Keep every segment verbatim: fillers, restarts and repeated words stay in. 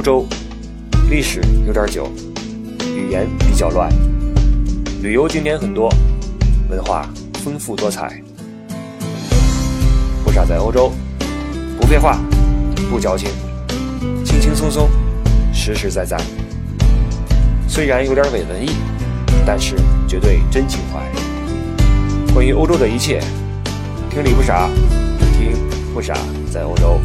洲历史有点久，语言比较乱，旅游景点很多，文化丰富多彩。不傻在欧洲，不废话，不矫情，轻轻松松，实实在在。虽然有点伪文艺，但是绝对真情怀。关于欧洲的一切，听理不傻，听不傻在欧洲。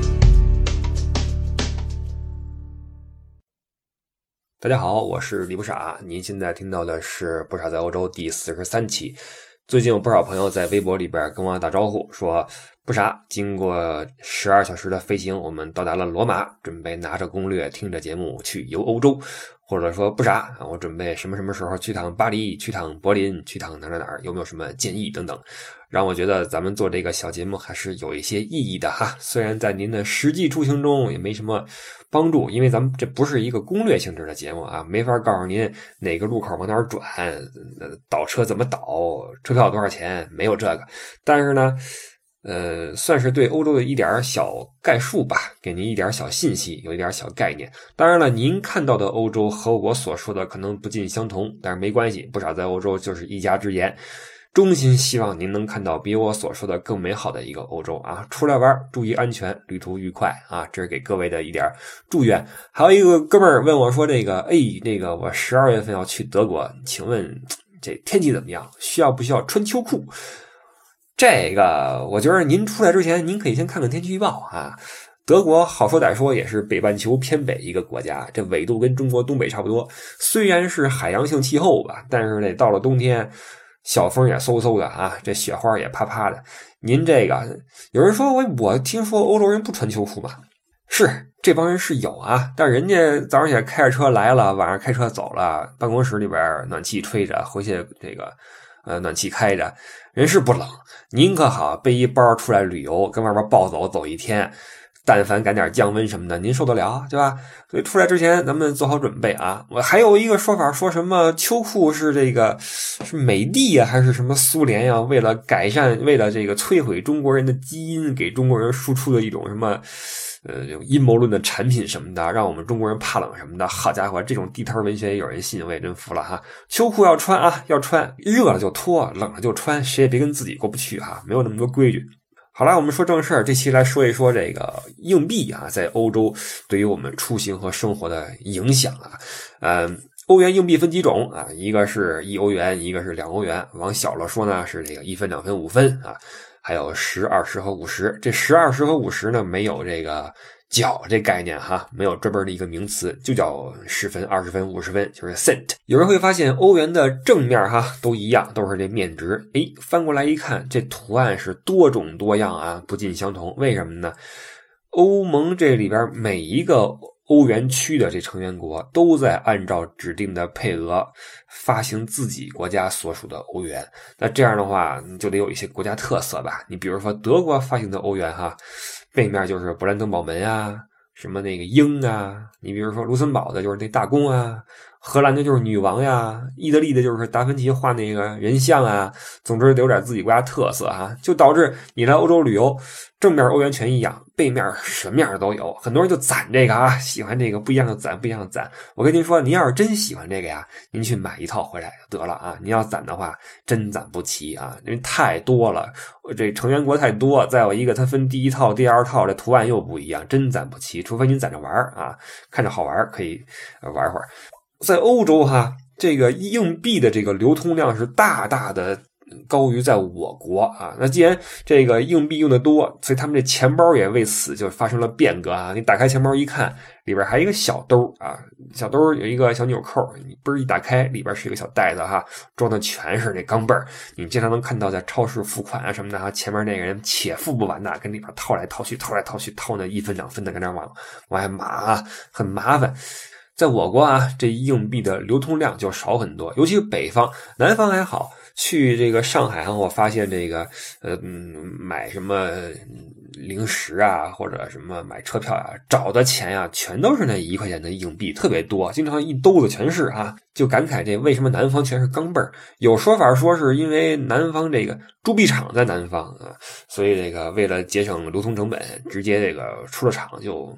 大家好，我是李不傻，您现在听到的是不傻在欧洲第四十三期。最近有不少朋友在微博里边跟我打招呼，说不傻，经过十二小时的飞行，我们到达了罗马，准备拿着攻略听着节目去游欧洲。或者说不傻，我准备什么什么时候去趟巴黎，去趟柏林，去趟哪哪哪儿，有没有什么建议等等，让我觉得咱们做这个小节目还是有一些意义的哈。虽然在您的实际出行中也没什么帮助，因为咱们这不是一个攻略性质的节目啊，没法告诉您哪个路口往哪儿转，倒车怎么倒，车票多少钱，没有这个。但是呢呃，算是对欧洲的一点小概述吧，给您一点小信息，有一点小概念。当然了，您看到的欧洲和我所说的可能不尽相同，但是没关系，不傻在欧洲就是一家之言。衷心希望您能看到比我所说的更美好的一个欧洲啊！出来玩，注意安全，旅途愉快啊！这是给各位的一点祝愿。还有一个哥们儿问我说：“这个，哎，那个我十二月份要去德国，请问这天气怎么样？需要不需要穿秋裤？”这个我觉得您出来之前您可以先看看天气预报啊。德国好说歹说也是北半球偏北一个国家，这纬度跟中国东北差不多，虽然是海洋性气候吧，但是呢到了冬天小风也嗖嗖的啊，这雪花也啪啪的。您这个有人说我我听说欧洲人不穿秋裤嘛，是这帮人是有啊，但人家早上起来开着车来了，晚上开车走了，办公室里边暖气吹着，回去这个呃暖气开着，人是不冷。您可好，背一包出来旅游，跟外边暴走走一天，但凡赶点降温什么的，您受得了对吧？所以出来之前咱们做好准备啊。我还有一个说法，说什么秋裤是这个是美帝呀、啊，还是什么苏联呀、啊？为了改善，为了这个摧毁中国人的基因，给中国人输出的一种什么呃阴谋论的产品什么的，让我们中国人怕冷什么的。好家伙，这种地摊文学也有人信，我也真服了哈。秋裤要穿啊，要穿，热了就脱，冷了就穿，谁也别跟自己过不去哈，没有那么多规矩。好了，我们说正事儿，这期来说一说这个硬币啊，在欧洲对于我们出行和生活的影响啊。嗯，欧元硬币分几种啊？一个是一欧元，一个是两欧元。往小了说呢，是这个一分、两分、五分啊。还有十、二十和五十。这十、二十和五十呢，没有这个角这概念哈，没有专门的一个名词，就叫十分、二十分、五十分，就是 cent。有人会发现欧元的正面哈都一样，都是这面值。诶，翻过来一看，这图案是多种多样啊，不尽相同。为什么呢？欧盟这里边每一个欧元区的这成员国都在按照指定的配额发行自己国家所属的欧元。那这样的话，你就得有一些国家特色吧。你比如说德国发行的欧元哈，背面就是勃兰登堡门啊，什么那个鹰啊，你比如说卢森堡的就是那大公啊，荷兰的就是女王呀，意大利的就是达芬奇画那个人像啊，总之得有点自己国家特色哈，就导致你来欧洲旅游，正面欧元全一样，背面什么样都有，很多人就攒这个啊，喜欢这个不一样的攒，不一样的攒。我跟您说，您要是真喜欢这个呀，您去买一套回来就得了啊。您要攒的话，真攒不齐啊，因为太多了，这成员国太多，再有一个它分第一套、第二套，这图案又不一样，真攒不齐。除非您攒着玩啊，看着好玩可以玩会儿。在欧洲哈，这个硬币的这个流通量是大大的高于在我国啊。那既然这个硬币用的多，所以他们这钱包也为此就发生了变革啊。你打开钱包一看，里边还有一个小兜啊，小兜有一个小纽扣，你嘣一打开，里边是一个小袋子哈，装的全是那钢镚儿。你经常能看到在超市付款啊什么的哈，前面那个人且付不完的，跟里边掏来掏去，掏来掏去，掏那一分两分的跟那往往外码啊，很麻烦。在我国啊，这硬币的流通量就少很多，尤其是北方，南方还好。去这个上海啊，我发现这个呃嗯买什么零食啊，或者什么买车票啊，找的钱啊，全都是那一块钱的硬币，特别多，经常一兜子全是啊。就感慨这为什么南方全是钢镚儿？有说法说是因为南方这个铸币厂在南方啊，所以这个为了节省流通成本，直接这个出了厂就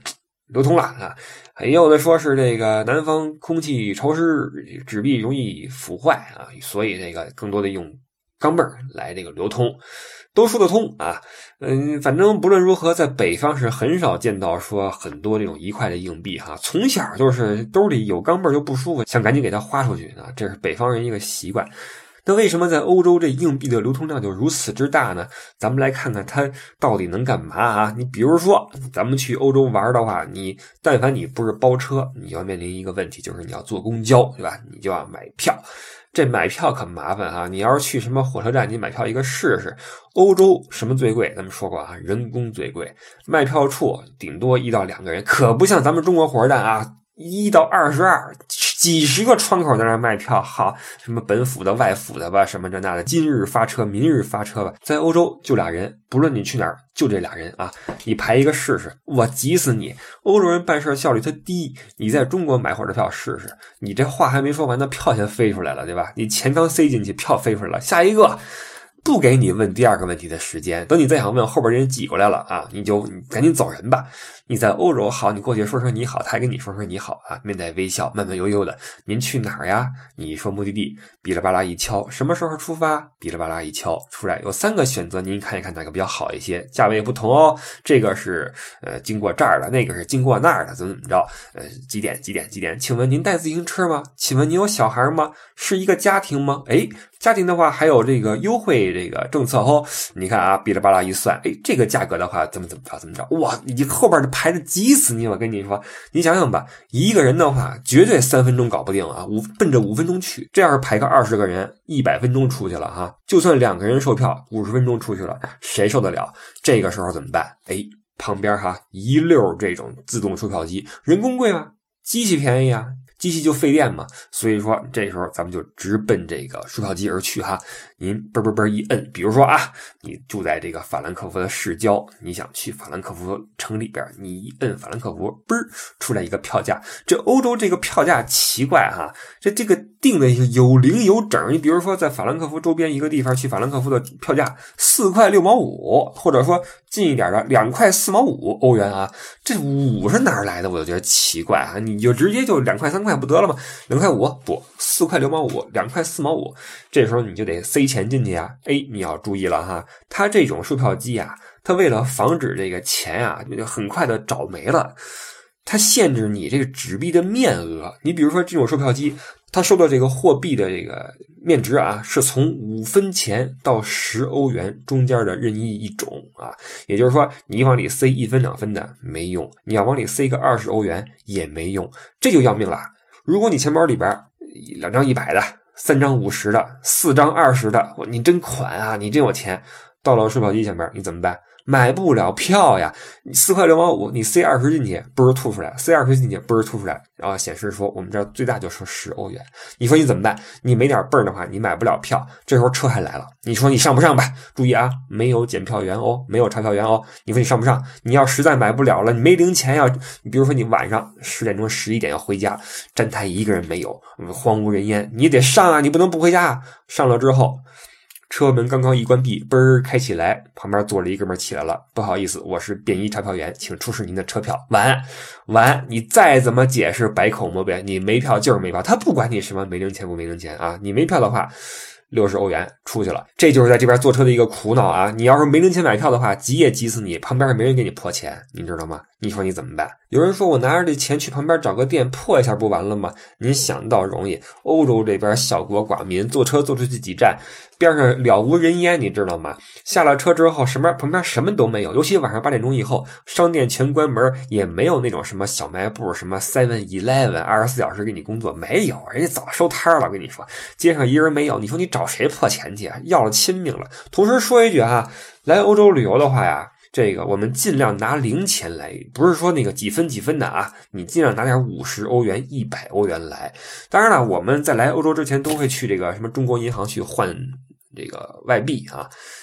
流通了啊。也有的说是这个南方空气潮湿，纸币容易腐坏啊，所以这个更多的用钢镚来这个流通，都说得通啊。嗯，反正不论如何，在北方是很少见到说很多这种一块的硬币哈，从小就是兜里有钢镚就不舒服，想赶紧给它花出去啊，这是北方人一个习惯。那为什么在欧洲这硬币的流通量就如此之大呢？咱们来看看它到底能干嘛啊？你比如说，咱们去欧洲玩的话，你但凡你不是包车，你要面临一个问题，就是你要坐公交，对吧？你就要买票。这买票可麻烦啊！你要是去什么火车站，你买票一个试试。欧洲什么最贵？咱们说过啊，人工最贵。卖票处顶多一到两个人，可不像咱们中国火车站啊，一到二十二，几十个窗口在那卖票。好，什么本府的、外府的吧，什么这那的，今日发车，明日发车吧。在欧洲就俩人，不论你去哪儿，就这俩人啊，你排一个试试，我急死你！欧洲人办事效率它低，你在中国买火车票试试，你这话还没说完呢，票先飞出来了，对吧？你钱刚塞进去，票飞出来了，下一个。不给你问第二个问题的时间，等你再想问，后边人挤过来了啊，你就你赶紧走人吧。你在欧洲好，你过去说声你好，他还跟你说声你好啊，面带微笑，慢慢悠悠的。您去哪儿呀？你说目的地，哔哩吧啦一敲，什么时候出发？哔哩吧啦一敲，出来有三个选择，您看一看哪个比较好一些，价位不同哦。这个是呃经过这儿的，那个是经过那儿的，怎么怎么着？呃几点几点几点？请问您带自行车吗？请问您有小孩吗？是一个家庭吗？诶家庭的话还有这个优惠这个政策哦。你看啊，哔哩吧啦一算，哎，这个价格的话怎么怎么着怎么着，哇，你后边的排的急死你！我跟你说，你想想吧，一个人的话绝对三分钟搞不定啊，五奔着五分钟去。这要是排个二十个人，一百分钟出去了哈。就算两个人售票，五十分钟出去了，谁受得了？这个时候怎么办？哎，旁边哈一溜这种自动售票机，人工贵吗？机器便宜啊。机器就费电嘛，所以说这时候咱们就直奔这个售票机而去哈。您嘣嘣嘣一摁，比如说啊，你住在这个法兰克福的市郊，你想去法兰克福城里边，你一摁法兰克福，嘣出来一个票价。这欧洲这个票价奇怪哈，这这个定的有零有整。你比如说在法兰克福周边一个地方去法兰克福的票价四块六毛五，或者说近一点的两块四毛五欧元啊，这五是哪儿来的？我就觉得奇怪啊，你就直接就两块三块不得了吗？两块五不，四块六毛五，两块四毛五，这时候你就得塞钱进去啊。哎，你要注意了哈，它这种售票机啊，它为了防止这个钱啊很快的找没了，它限制你这个纸币的面额。你比如说这种售票机，它收的这个货币的这个面值啊，是从五分钱到十欧元中间的任意一种啊。也就是说，你往里塞一分两分的没用，你要往里塞个二十欧元也没用，这就要命了。如果你钱包里边两张一百的，三张五十的，四张二十的，你真款啊，你真有钱，到了售票机前边你怎么办？买不了票呀！你四块六毛五，你塞二十进去，不是吐出来；塞二十进去，不是吐出来。然后显示说我们这最大就是十欧元。你说你怎么办？你没点泵儿的话，你买不了票。这时候车还来了，你说你上不上吧？注意啊，没有检票员哦，没有查票员哦。你说你上不上？你要实在买不了了，你没零钱要，你比如说你晚上十点钟、十一点要回家，站台一个人没有，荒无人烟，你得上啊，你不能不回家啊。上了之后。车门刚刚一关闭，嘣儿开起来，旁边坐了一哥们起来了，不好意思，我是便衣查票员，请出示您的车票。完完，你再怎么解释百口莫辩，你没票就是没票，他不管你什么没零钱不没零钱啊，你没票的话六十欧元出去了，这就是在这边坐车的一个苦恼啊！你要是没零钱买票的话，急也急死你，旁边没人给你破钱，你知道吗？你说你怎么办？有人说我拿着这钱去旁边找个店破一下不完了吗？您想到容易，欧洲这边小国寡民，坐车坐出去几站，边上了无人烟，你知道吗？下了车之后，什么旁边什么都没有，尤其晚上八点钟以后，商店全关门，也没有那种什么小卖部，什么 seven eleven 二十四小时给你工作，没有，人家早收摊了。我跟你说，街上一人没有，你说你找谁破钱去啊？要了亲命了。同时说一句啊，来欧洲旅游的话呀。这个我们尽量拿零钱来，不是说那个几分几分的啊，你尽量拿点五十欧元、一百欧元来。当然了，我们在来欧洲之前都会去这个什么中国银行去换这个外币啊。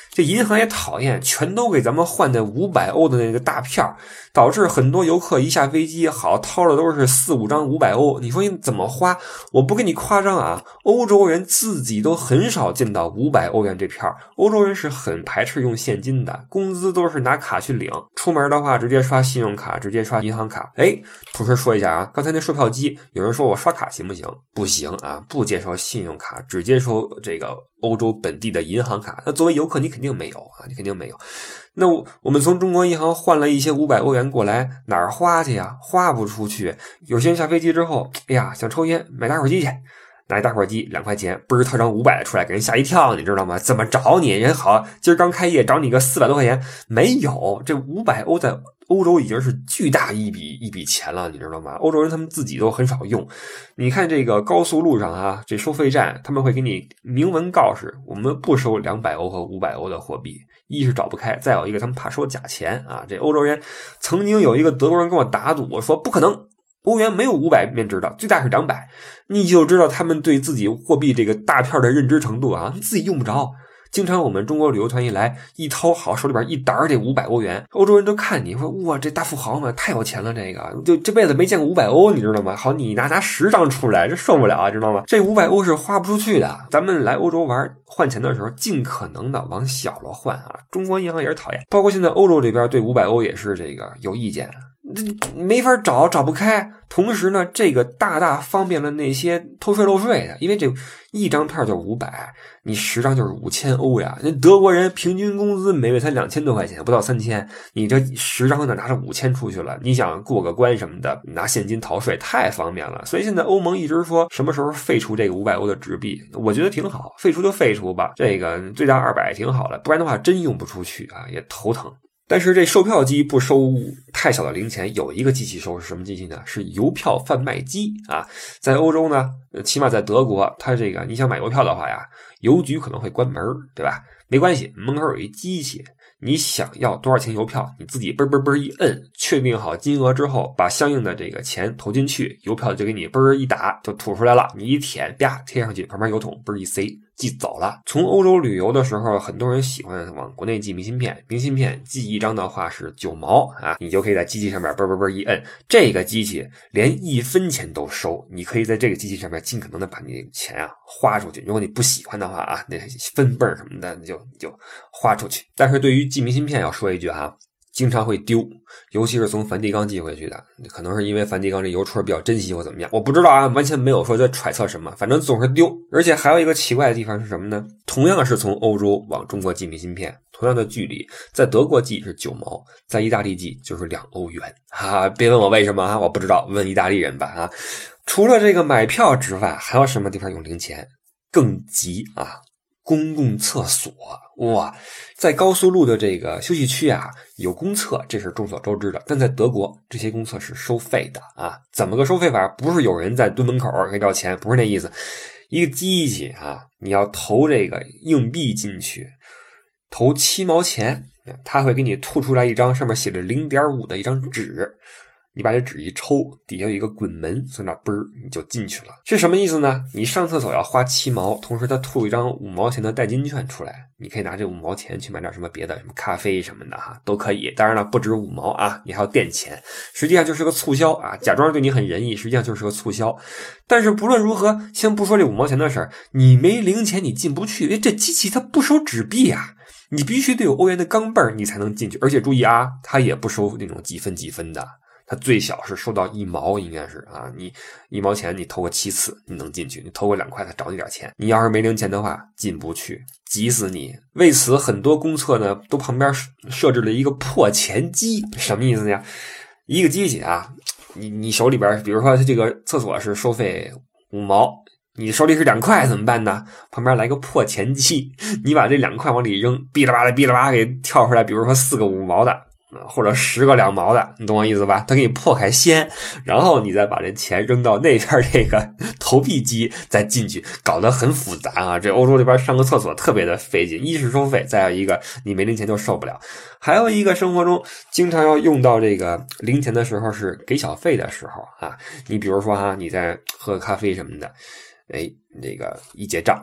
这银行也讨厌，全都给咱们换那五百欧的那个大票，导致很多游客一下飞机，好掏的都是四五张五百欧。你说你怎么花？我不跟你夸张啊，欧洲人自己都很少见到五百欧元这票。欧洲人是很排斥用现金的，工资都是拿卡去领，出门的话直接刷信用卡，直接刷银行卡。哎，同时说一下啊，刚才那售票机，有人说我刷卡行不行？不行啊，不接受信用卡，只接受这个欧洲本地的银行卡。那作为游客你肯定没有啊，你肯定没有。那我们从中国银行换了一些五百欧元过来，哪儿花去呀？花不出去。有些人下飞机之后，哎呀，想抽烟，买打火机去。拿一打火机两块钱，不是特张五百出来，给人吓一跳，你知道吗？怎么找你？人好，今儿刚开业，找你个四百多块钱，没有。这五百欧在欧洲已经是巨大一笔一笔钱了，你知道吗？欧洲人他们自己都很少用。你看这个高速路上啊，这收费站他们会给你明文告示，我们不收两百欧和五百欧的货币。一是找不开，再有一个他们怕收假钱啊。这欧洲人曾经有一个德国人跟我打赌，我说不可能。欧元没有五百面值的，最大是两百，你就知道他们对自己货币这个大片的认知程度啊，自己用不着。经常我们中国旅游团一来，一掏好手里边一沓这五百欧元，欧洲人都看你说哇，这大富豪嘛，太有钱了，这个就这辈子没见过五百欧，你知道吗？好，你拿拿十张出来，这受不了啊，知道吗？这五百欧是花不出去的。咱们来欧洲玩换钱的时候，尽可能的往小了换啊。中国银行也是讨厌，包括现在欧洲这边对五百欧也是这个有意见。这没法找，找不开。同时呢，这个大大方便了那些偷税漏税的，因为这一张票就五百，你十张就是五千欧呀。那德国人平均工资每月才两千多块钱，不到三千，你这十张呢拿着五千出去了，你想过个关什么的，拿现金逃税太方便了。所以现在欧盟一直说什么时候废除这个五百欧的纸币，我觉得挺好，废除就废除吧，这个最大二百挺好的，不然的话真用不出去啊，也头疼。但是这售票机不收太小的零钱，有一个机器收，是什么机器呢？是邮票贩卖机啊。在欧洲呢，起码在德国，它这个你想买邮票的话呀，邮局可能会关门，对吧？没关系，门口有一机器，你想要多少钱邮票，你自己嘣嘣嘣一摁，确定好金额之后，把相应的这个钱投进去，邮票就给你嘣一打就吐出来了，你一舔，啪贴上去，旁边邮筒嘣一塞，寄走了。从欧洲旅游的时候，很多人喜欢往国内寄明信片，明信片寄一张的话是九毛啊，你就可以在机器上面嘣嘣嘣一摁，这个机器连一分钱都收，你可以在这个机器上面尽可能的把你的钱啊花出去。如果你不喜欢的话啊，那分泵什么的你就你就花出去。但是对于寄明信片要说一句哈，经常会丢，尤其是从梵蒂冈寄回去的，可能是因为梵蒂冈这邮戳比较珍惜或怎么样，我不知道啊，完全没有说在揣测什么，反正总是丢。而且还有一个奇怪的地方是什么呢？同样是从欧洲往中国寄明信片，同样的距离，在德国寄是九毛，在意大利寄就是两欧元啊！别问我为什么啊，我不知道，问意大利人吧啊！除了这个买票之外，还有什么地方用零钱？更急啊！公共厕所，哇，在高速路的这个休息区啊，有公厕，这是众所周知的。但在德国，这些公厕是收费的啊。怎么个收费法？不是有人在蹲门口给要钱，不是那意思。一个机器啊，你要投这个硬币进去，投七毛钱，它会给你吐出来一张上面写着 零点五 的一张纸。你把这纸一抽，底下有一个滚门，从那嘣你就进去了。是什么意思呢？你上厕所要花七毛，同时他吐一张五毛钱的代金券出来，你可以拿这五毛钱去买点什么别的，什么咖啡什么的哈，都可以。当然了，不止五毛啊，你还要垫钱，实际上就是个促销啊，假装对你很仁义，实际上就是个促销。但是不论如何，先不说这五毛钱的事儿，你没零钱你进不去，因为这机器它不收纸币啊。你必须得有欧元的钢镚儿你才能进去，而且注意啊，它也不收那种几分几分的。它最小是收到一毛，应该是啊，你一毛钱你投个七次你能进去，你投个两块他找你点钱，你要是没零钱的话进不去，急死你。为此很多公厕呢都旁边设置了一个破钱机，什么意思呀？一个机器啊，你你手里边比如说这个厕所是收费五毛，你手里是两块怎么办呢？旁边来个破钱机，你把这两块往里扔，哔啦吧啦哔啦吧给跳出来，比如说四个五毛的或者十个两毛的，你懂我意思吧？他给你破开先，然后你再把这钱扔到那边这个投币机再进去，搞得很复杂啊！这欧洲这边上个厕所特别的费劲，一是收费，再有一个你没零钱就受不了。还有一个生活中经常要用到这个零钱的时候是给小费的时候啊，你比如说哈，你在喝咖啡什么的，哎，这个一结账。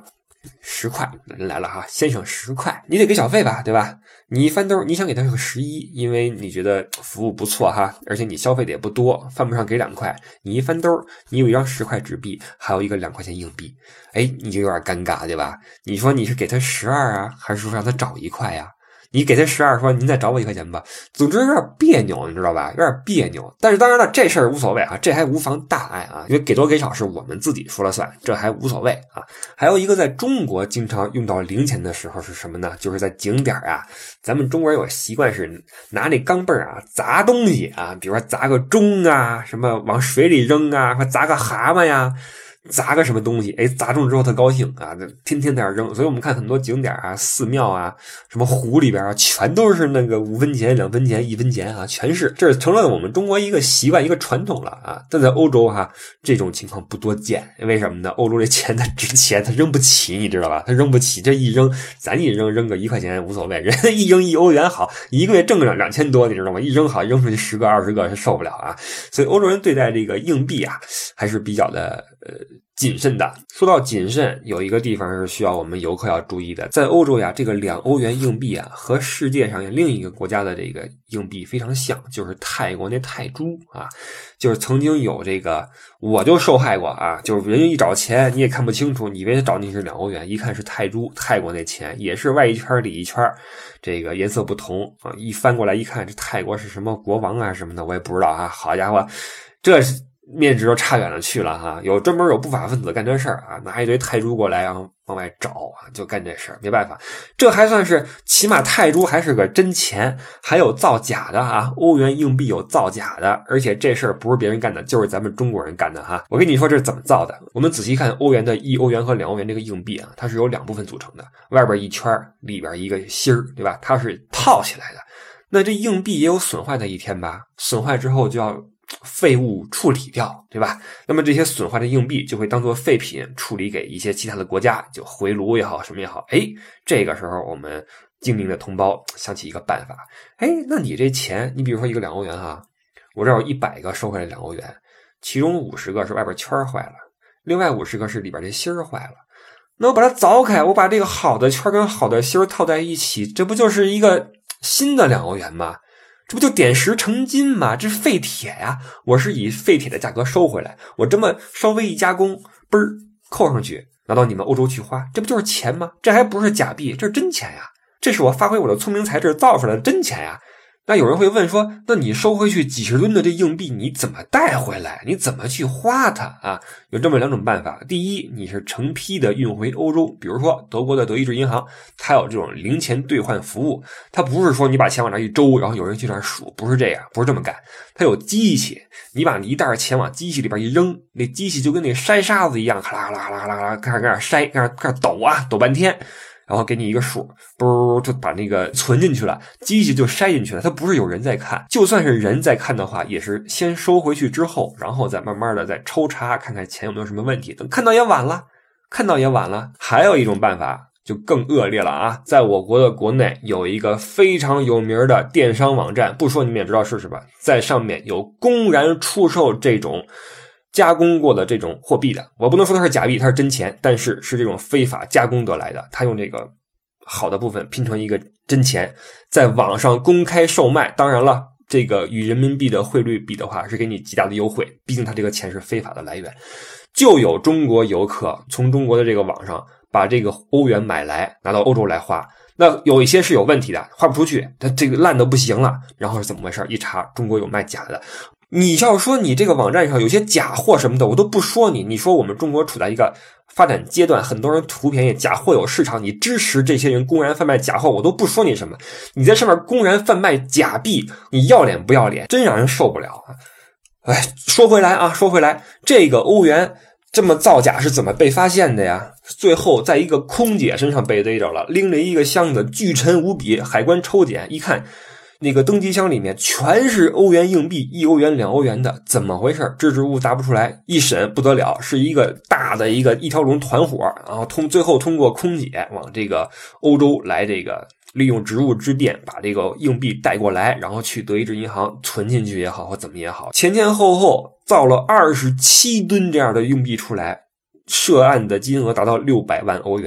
十块，人来了哈，先生十块，你得给小费吧，对吧？你一翻兜，你想给他个十一，因为你觉得服务不错哈，而且你消费的也不多，犯不上给两块。你一翻兜，你有一张十块纸币，还有一个两块钱硬币，哎，你就有点尴尬，对吧？你说你是给他十二啊，还是说让他找一块呀？你给他十二，说您再找我一块钱吧，总之有点别扭，你知道吧？有点别扭。但是当然了，这事儿无所谓啊，这还无妨大碍啊，因为给多给少是我们自己说了算，这还无所谓啊。还有一个在中国经常用到零钱的时候是什么呢？就是在景点啊，咱们中国人有习惯是拿那钢镚儿啊砸东西啊，比如说砸个钟啊，什么往水里扔啊，或砸个蛤蟆呀。砸个什么东西，哎，砸中之后特高兴啊，天天在那扔。所以我们看很多景点啊、寺庙啊、什么湖里边啊，全都是那个五分钱、两分钱、一分钱啊，全是，这成了我们中国一个习惯、一个传统了啊。但在欧洲哈、啊，这种情况不多见，为什么呢？欧洲这钱它值钱，它扔不起，你知道吧？它扔不起，这一扔，咱一扔扔个一块钱无所谓，人家一扔一欧元好，一个月挣个两千多，你知道吗？一扔好，扔出去十个、二十个是受不了啊。所以欧洲人对待这个硬币啊，还是比较的呃。谨慎的。说到谨慎，有一个地方是需要我们游客要注意的。在欧洲呀，这个两欧元硬币啊，和世界上另一个国家的这个硬币非常像，就是泰国那泰铢啊。就是曾经有这个，我就受害过啊，就是人家一找钱你也看不清楚，你以为他找你是两欧元，一看是泰铢，泰国那钱也是外一圈里一圈，这个颜色不同啊。一翻过来一看，这泰国是什么国王啊什么的，我也不知道啊。好家伙，这是。面值都差远了去了哈，有专门有不法分子干这事儿啊，拿一堆泰铢过来，然后往外找啊，就干这事儿，没办法，这还算是起码泰铢还是个真钱，还有造假的啊，欧元硬币有造假的，而且这事儿不是别人干的，就是咱们中国人干的哈。我跟你说这是怎么造的，我们仔细看欧元的一欧元和两欧元这个硬币啊，它是由两部分组成的，外边一圈，里边一个芯儿，对吧？它是套起来的。那这硬币也有损坏的一天吧？损坏之后就要废物处理掉，对吧？那么这些损坏的硬币就会当做废品处理给一些其他的国家，就回炉也好什么也好。哎，这个时候我们精明的同胞想起一个办法，哎，那你这钱，你比如说一个两欧元哈，我这有一百个收回来两欧元，其中五十个是外边圈坏了，另外五十个是里边这芯儿坏了。那我把它凿开，我把这个好的圈跟好的芯儿套在一起，这不就是一个新的两欧元吗？这不就点石成金吗？这是废铁呀！我是以废铁的价格收回来，我这么稍微一加工，嘣儿扣上去，拿到你们欧洲去花，这不就是钱吗？这还不是假币，这是真钱呀！这是我发挥我的聪明才智造出来的真钱呀！那有人会问说，那你收回去几十吨的这硬币，你怎么带回来？你怎么去花它啊？有这么两种办法。第一，你是成批的运回欧洲，比如说德国的德意志银行，它有这种零钱兑换服务，它不是说你把钱往那一周，然后有人去那儿数，不是这样，不是这么干。它有机器，你把一袋钱往机器里边一扔，那机器就跟那筛沙子一样，咔啦咔啦咔啦咔啦，开始开始筛，开始开始抖啊，抖半天。然后给你一个数，不就把那个存进去了，机器就筛进去了。它不是有人在看，就算是人在看的话，也是先收回去之后，然后再慢慢的再抽查，看看钱有没有什么问题。等看到也晚了，看到也晚了。还有一种办法就更恶劣了啊！在我国的国内有一个非常有名的电商网站，不说你们也知道是什么，在上面有公然出售这种加工过的这种货币的，我不能说它是假币，它是真钱，但是是这种非法加工得来的。它用这个好的部分拼成一个真钱，在网上公开售卖。当然了，这个与人民币的汇率比的话，是给你极大的优惠，毕竟它这个钱是非法的来源。就有中国游客从中国的这个网上把这个欧元买来，拿到欧洲来花。那有一些是有问题的，花不出去，它这个烂的不行了。然后是怎么回事？一查，中国有卖假的。你要说你这个网站上有些假货什么的，我都不说你。你说我们中国处在一个发展阶段，很多人图便宜，假货有市场，你支持这些人公然贩卖假货，我都不说你什么。你在上面公然贩卖假币，你要脸不要脸？真让人受不了啊！哎，说回来啊，说回来，这个欧元这么造假是怎么被发现的呀？最后在一个空姐身上被逮着了，拎着一个箱子，巨沉无比，海关抽检一看，那个登机箱里面全是欧元硬币，一欧元两欧元的，怎么回事？支支吾吾答不出来。一审不得了，是一个大的一个一条龙团伙，然后通最后通过空姐往这个欧洲来，这个利用职务之便把这个硬币带过来，然后去德意志银行存进去也好或怎么也好，前前后后造了二十七吨这样的硬币出来，涉案的金额达到六百万欧元。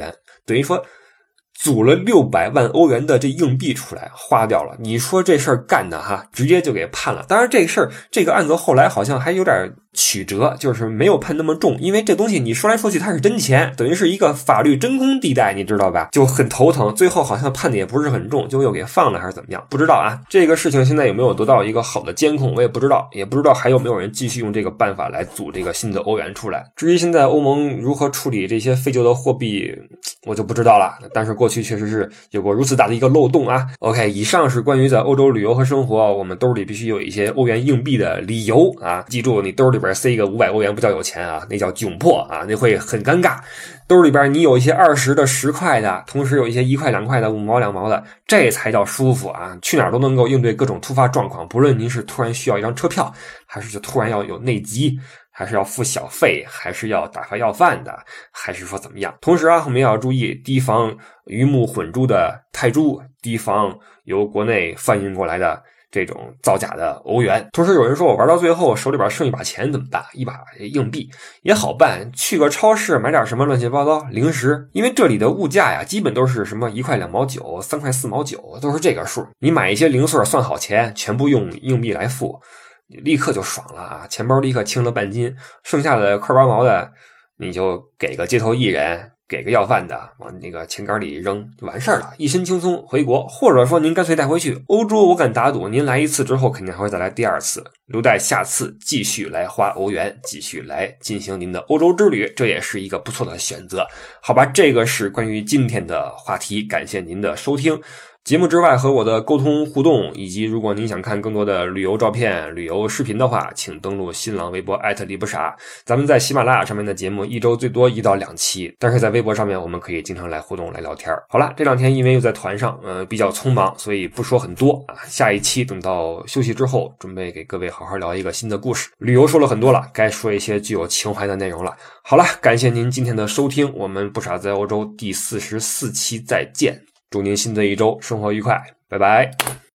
等于说组了六百万欧元的这硬币出来花掉了。你说这事儿干的哈，直接就给判了。当然这事儿这个案子后来好像还有点曲折，就是没有判那么重，因为这东西你说来说去它是真钱，等于是一个法律真空地带，你知道吧？就很头疼，最后好像判的也不是很重，就又给放了还是怎么样，不知道啊。这个事情现在有没有得到一个好的监控我也不知道，也不知道还有没有人继续用这个办法来组这个新的欧元出来。至于现在欧盟如何处理这些废旧的货币我就不知道了，但是过去确实是有过如此大的一个漏洞啊。 OK， 以上是关于在欧洲旅游和生活我们兜里必须有一些欧元硬币的理由啊。记住，你兜里边塞一个五百欧元不叫有钱啊，那叫窘迫啊，那会很尴尬。兜里边你有一些二十的十块的，同时有一些一块两块的五毛两毛的，这才叫舒服啊！去哪儿都能够应对各种突发状况，不论您是突然需要一张车票，还是就突然要有内急，还是要付小费，还是要打发要饭的，还是说怎么样。同时啊，我们也要注意提防鱼目混珠的泰铢，提防由国内贩运过来的这种造假的欧元。同时有人说我玩到最后手里边剩一把钱怎么办？一把硬币也好办，去个超市买点什么乱七八糟零食，因为这里的物价呀基本都是什么一块两毛九，三块四毛九，都是这个数。你买一些零碎算好钱，全部用硬币来付，立刻就爽了啊！钱包立刻轻了半斤，剩下的块八毛的你就给个街头艺人，给个要饭的往那个钱杆里扔就完事儿了，一身轻松回国。或者说您干脆带回去。欧洲我敢打赌，您来一次之后肯定还会再来第二次，留待下次继续来花欧元，继续来进行您的欧洲之旅，这也是一个不错的选择。好吧，这个是关于今天的话题，感谢您的收听。节目之外和我的沟通互动，以及如果您想看更多的旅游照片、旅游视频的话，请登录新浪微博艾特李不傻。咱们在喜马拉雅上面的节目一周最多一到两期，但是在微博上面我们可以经常来互动来聊天。好了，这两天因为又在团上，呃，比较匆忙，所以不说很多啊。下一期等到休息之后，准备给各位好好聊一个新的故事。旅游说了很多了，该说一些具有情怀的内容了。好了，感谢您今天的收听，我们不傻在欧洲第四十四期再见。祝您新的一周生活愉快，拜拜。